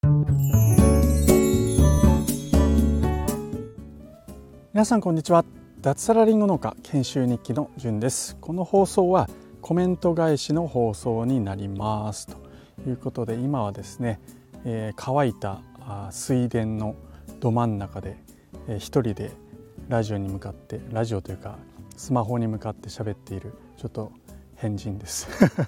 皆さんこんにちは。脱サラリンゴ農家研修日記のじゅんです。この放送はコメント返しの放送になりますということで、今はですね、乾いた水田のど真ん中で、一人でラジオというかスマホに向かって喋っているちょっと変人です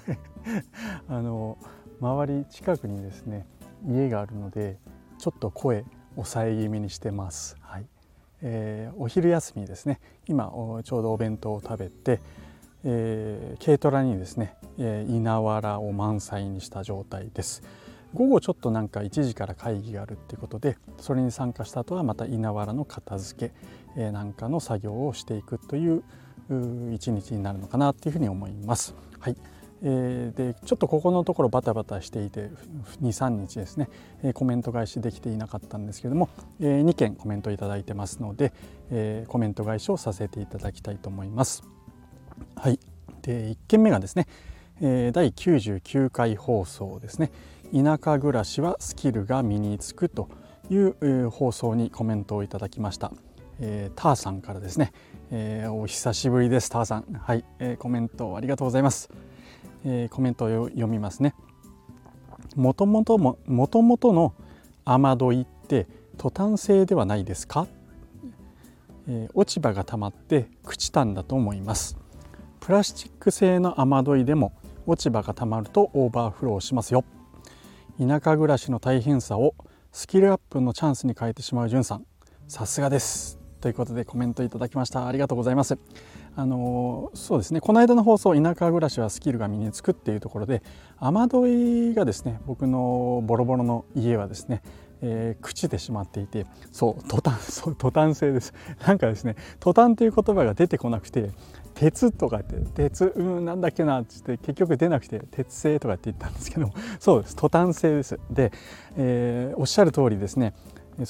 周り近くにですね家があるのでちょっと声抑え気味にしてます。はい。お昼休みですね。今ちょうどお弁当を食べて、軽トラにですね、稲わらを満載にした状態です。午後ちょっと1時から会議があるっていうことで、それに参加した後はまた稲わらの片付け、なんかの作業をしていくという一日になるのかなっていうふうに思います。はい。でちょっとここのところバタバタしていて 2,3 日ですね、コメント返しできていなかったんですけれども、2件コメントいただいてますので、コメント返しをさせていただきたいと思います。はい。で1件目がですね、第99回放送ですね。田舎暮らしはスキルが身につくという放送にコメントをいただきました。ターさんからですね、お久しぶりですターさん。はい、コメントありがとうございます。コメントを読みますね。もともとの雨どいってトタン製ではないですか？落ち葉が溜まって朽ちたんだと思います。プラスチック製の雨どいでも落ち葉が溜まるとオーバーフローしますよ。田舎暮らしの大変さをスキルアップのチャンスに変えてしまうじゅんさん、さすがです。ということでコメントいただきました。ありがとうございます。そうですね、この間の放送、田舎暮らしはスキルが身につくっていうところで、雨どいがですね、僕のボロボロの家はですね、朽ちてしまっていて、トタン製です。ですね、トタンという言葉が出てこなくて、鉄とかってなんだっけなって結局出なくて、鉄製とかって言ったんですけども、そうです、トタン製です。で、おっしゃる通りですね、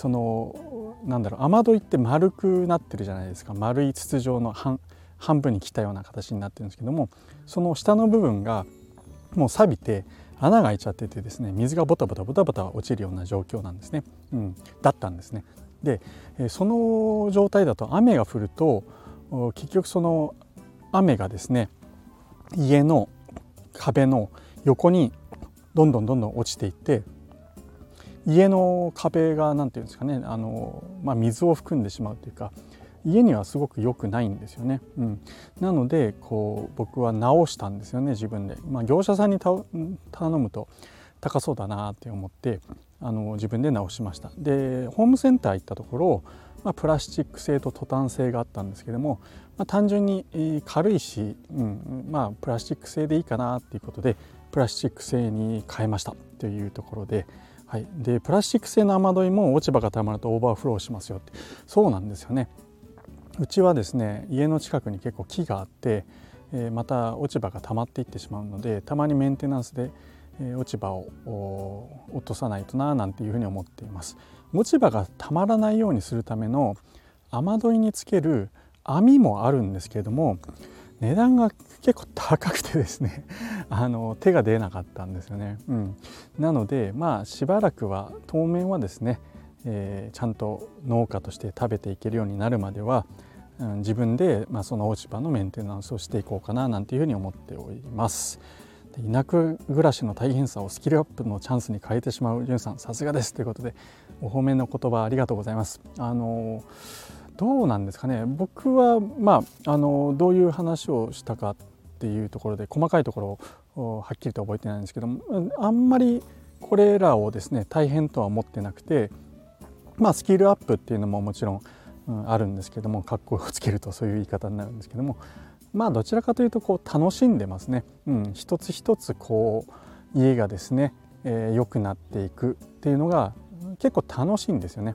雨どいって丸くなってるじゃないですか。丸い筒状の半分に切ったような形になってるんですけども、その下の部分がもう錆びて穴が開いちゃっててですね、水がボタボタ落ちるような状況なんですね。だったんですね。でその状態だと雨が降ると結局その雨がですね家の壁の横にどんどん落ちていって、家の壁がなんていうんですかね、水を含んでしまうというか、家にはすごく良くないんですよね。なので僕は直したんですよね、自分で。業者さんに頼むと高そうだなって思って自分で直しました。でホームセンター行ったところ、プラスチック製とトタン製があったんですけども、単純に軽いし、プラスチック製でいいかなっていうことでプラスチック製に変えましたというところで、はい、でプラスチック製の雨どいも落ち葉がたまるとオーバーフローしますよって。そうなんですよね。うちはですね、家の近くに結構木があって、また落ち葉が溜まっていってしまうので、たまにメンテナンスで、落ち葉を落とさないとななんていうふうに思っています。落ち葉がたまらないようにするための雨どいにつける網もあるんですけれども、値段が結構高くてですね手が出なかったんですよね。なのでしばらくは当面はですね、ちゃんと農家として食べていけるようになるまでは、自分で、その落ち葉のメンテナンスをしていこうかななんていうふうに思っております。で田舎暮らしの大変さをスキルアップのチャンスに変えてしまうじゅんさん、さすがですということで、お褒めの言葉ありがとうございます。どうなんですかね。僕はどういう話をしたかっていうところで細かいところをはっきりと覚えてないんですけども、あんまりこれらをですね大変とは思ってなくて、スキルアップっていうのももちろん、あるんですけども、格好をつけるとそういう言い方になるんですけども、どちらかというと楽しんでますね。一つ一つ家がですね、良くなっていくっていうのが結構楽しいんですよね。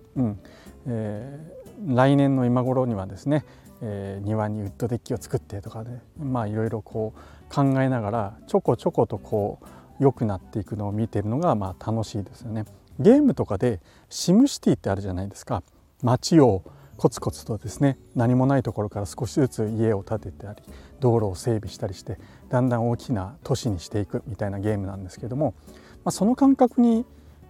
来年の今頃にはですね、庭にウッドデッキを作ってとかで、いろいろ考えながらちょこちょこと良くなっていくのを見てるのが楽しいですよね。ゲームとかでシムシティってあるじゃないですか。街をコツコツとですね、何もないところから少しずつ家を建てたり道路を整備したりしてだんだん大きな都市にしていくみたいなゲームなんですけども、その感覚に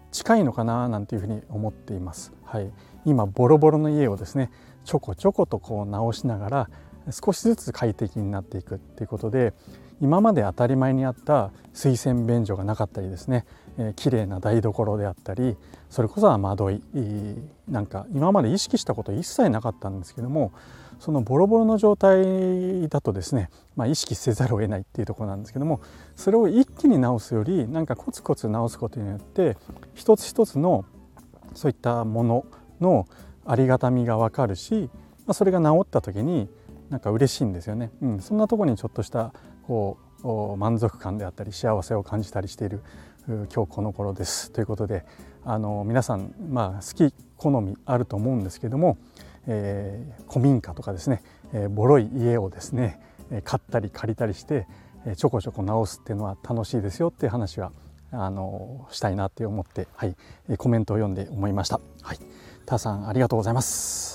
近いのかななんていうふうに思っています。はい、今ボロボロの家をですねちょこちょことこう直しながら少しずつ快適になっていくっていうことで、今まで当たり前にあった水洗便所がなかったりですね、綺麗な台所であったり、それこそ雨どいなんか今まで意識したこと一切なかったんですけども、そのボロボロの状態だとですね、意識せざるを得ないっていうところなんですけども、それを一気に直すよりなんかコツコツ直すことによって一つ一つのそういったもののありがたみが分かるし、それが治った時になんか嬉しいんですよね。そんなところにちょっとしたこう満足感であったり幸せを感じたりしている今日この頃です。ということで皆さん好き好みあると思うんですけども、古民家とかですね、ボロい家をですね買ったり借りたりしてちょこちょこ直すっていうのは楽しいですよっていう話はしたいなって思って、コメントを読んで思いました。ターさんありがとうございます。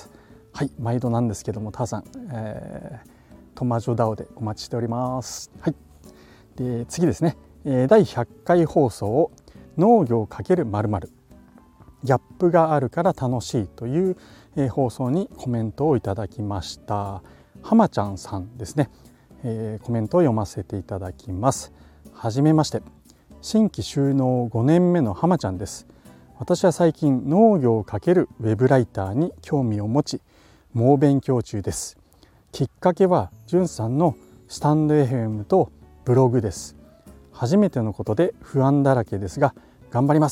毎度なんですけどもターさん、トマジョダオでお待ちしております。で次ですね、第100回放送農業×〇〇ギャップがあるから楽しいという、放送にコメントをいただきました。浜ちゃんさんですね、コメントを読ませていただきます。はじめまして、新規就農5年目の浜ちゃんです。私は最近農業×ウェブライターに興味を持ち猛勉強中です。きっかけはじゅんさんのスタンド FM とブログです。初めてのことで不安だらけですが頑張ります。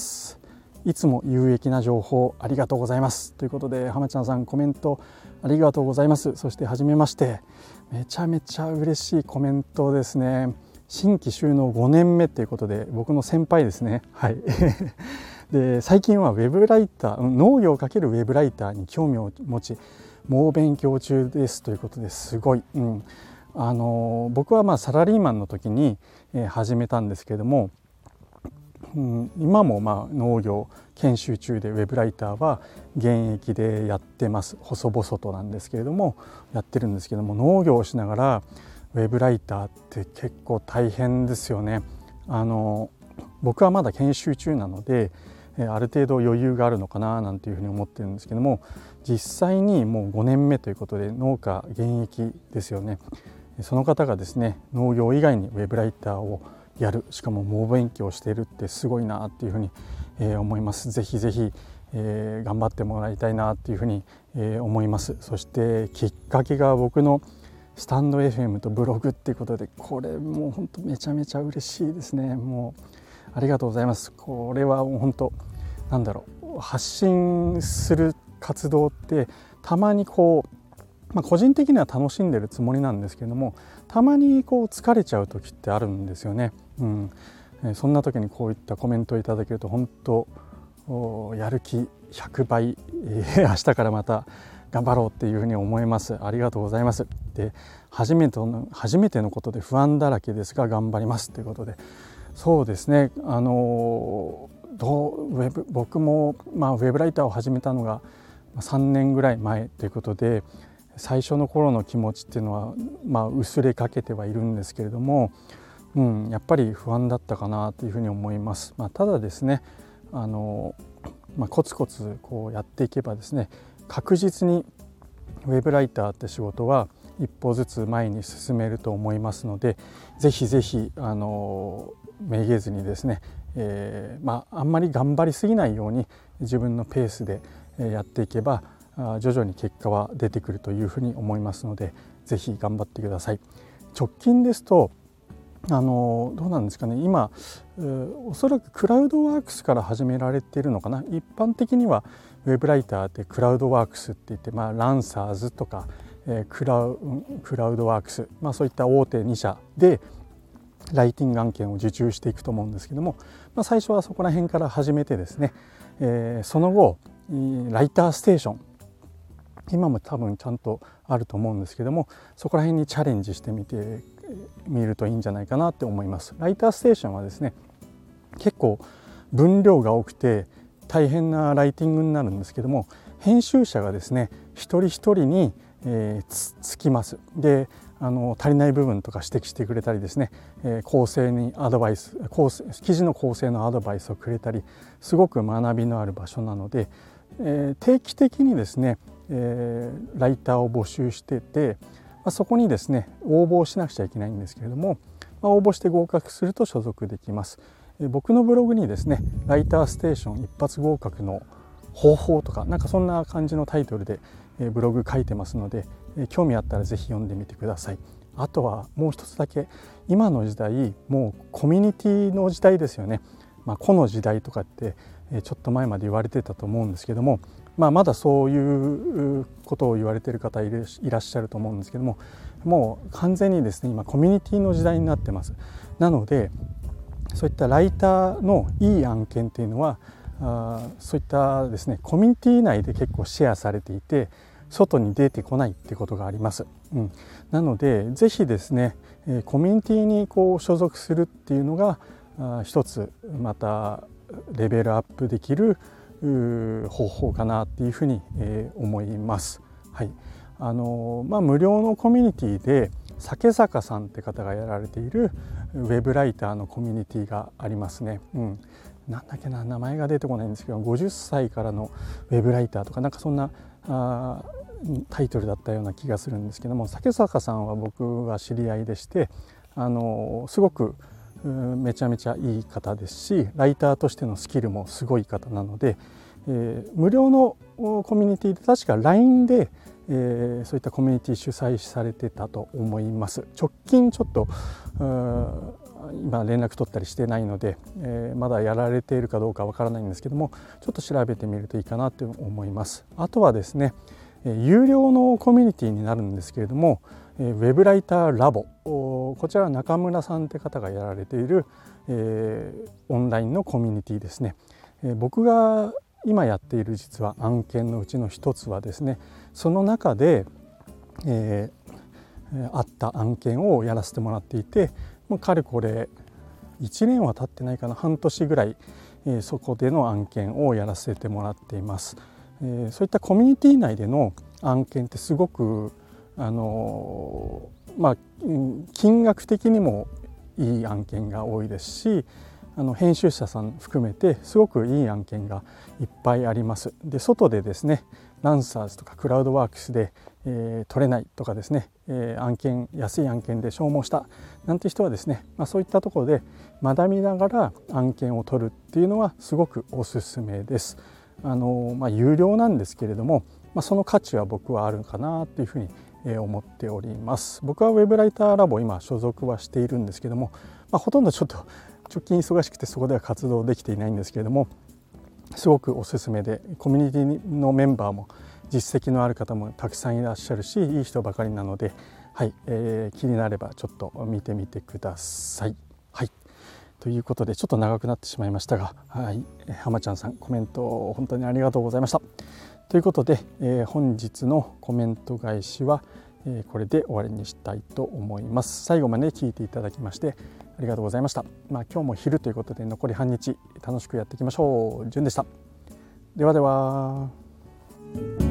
いつも有益な情報ありがとうございます。ということで浜ちゃんさんコメントありがとうございます。そしてはじめまして、めちゃめちゃ嬉しいコメントですね。新規就農5年目ということで僕の先輩ですね。で最近はウェブライター、農業×ウェブライターに興味を持ち猛勉強中ですということですごい、僕はサラリーマンの時に始めたんですけども、今も農業研修中でウェブライターは現役でやってます。細々となんですけれどもやってるんですけども、農業をしながらウェブライターって結構大変ですよね。僕はまだ研修中なのである程度余裕があるのかななんていうふうに思ってるんですけども、実際にもう5年目ということで農家現役ですよね。その方がですね農業以外にウェブライターをやる、しかも猛勉強しているってすごいなっていうふうに思います。ぜひぜひ頑張ってもらいたいなっていうふうに思います。そしてきっかけが僕のスタンド FM とブログっていうことで、これもう本当めちゃめちゃ嬉しいですね。もうありがとうございます。これは本当発信する活動ってたまに個人的には楽しんでるつもりなんですけれども、たまに疲れちゃう時ってあるんですよね。そんな時にこういったコメントをいただけると本当やる気100倍、明日からまた頑張ろうっていうふうに思います。ありがとうございます。で初めてのことで不安だらけですが頑張りますということで、そうですね、僕もウェブライターを始めたのが3年ぐらい前ということで、最初の頃の気持ちっていうのは薄れかけてはいるんですけれども、やっぱり不安だったかなというふうに思います。ただですねコツコツやっていけばですね、確実にウェブライターって仕事は一歩ずつ前に進めると思いますので、ぜひぜひめげずにですね、あんまり頑張りすぎないように自分のペースでやっていけば徐々に結果は出てくるというふうに思いますので、ぜひ頑張ってください。直近ですとどうなんですかね、今おそらくクラウドワークスから始められているのかな。一般的にはウェブライターってクラウドワークスって言って、ランサーズとかクラウドワークス、そういった大手2社でライティング案件を受注していくと思うんですけども、最初はそこら辺から始めてですね、その後ライターステーション、今も多分ちゃんとあると思うんですけども、そこら辺にチャレンジしてみるといいんじゃないかなって思います。ライターステーションはですね結構分量が多くて大変なライティングになるんですけども、編集者がですね一人一人につきます。で足りない部分とか指摘してくれたりですね、構成にアドバイス、記事の構成のアドバイスをくれたり、すごく学びのある場所なので、定期的にですね、ライターを募集してて、そこにですね応募しなくちゃいけないんですけれども、応募して合格すると所属できます。僕のブログにですねライターステーション一発合格の方法とか、なんかそんな感じのタイトルでブログ書いてますので、興味あったらぜひ読んでみてください。あとはもう一つだけ、今の時代もうコミュニティの時代ですよね。個の時代とかってちょっと前まで言われてたと思うんですけども、まだそういうことを言われている方いらっしゃると思うんですけども、もう完全にですね今コミュニティの時代になってます。なのでそういったライターのいい案件っていうのはそういったですねコミュニティ内で結構シェアされていて、外に出てこないってことがあります。なのでぜひですねコミュニティに所属するっていうのが一つまたレベルアップできる方法かなっていうふうに思います。はい、無料のコミュニティで酒坂さんって方がやられているウェブライターのコミュニティがありますね。なんだっけな、名前が出てこないんですけど、50歳からのウェブライターとか、なんかそんなタイトルだったような気がするんですけども、酒坂さんは僕は知り合いでして、すごくめちゃめちゃいい方ですし、ライターとしてのスキルもすごい方なので、無料のコミュニティで確か LINE で、そういったコミュニティ主催されてたと思います。直近ちょっと今連絡取ったりしてないので、まだやられているかどうかわからないんですけども、ちょっと調べてみるといいかなと思います。あとはですね、有料のコミュニティになるんですけれども、ウェブライターラボ、こちらは中村さんって方がやられている、オンラインのコミュニティですね。僕が今やっている実は案件のうちの一つはですね、その中で、あった案件をやらせてもらっていて、もうかれこれ1年は経ってないかな、半年ぐらい、そこでの案件をやらせてもらっています。そういったコミュニティ内での案件ってすごく金額的にもいい案件が多いですし、編集者さん含めてすごくいい案件がいっぱいあります。で、外でですねランサーズとかクラウドワークスで、取れないとかですね、安い案件で消耗したなんて人はですね、そういったところで学びながら案件を取るっていうのはすごくおすすめです。有料なんですけれども、その価値は僕はあるかなというふうに思っております。僕はウェブライターラボ今所属はしているんですけども、ほとんどちょっと直近忙しくてそこでは活動できていないんですけれども、すごくおすすめで、コミュニティのメンバーも実績のある方もたくさんいらっしゃるし、いい人ばかりなので、はい、気になればちょっと見てみてください。はい、ということでちょっと長くなってしまいましたが、はい、浜ちゃんさんコメント本当にありがとうございました。ということで、本日のコメント返しは、これで終わりにしたいと思います。最後まで聞いていただきましてありがとうございました。今日も昼ということで残り半日楽しくやっていきましょう。じゅんでした。ではでは。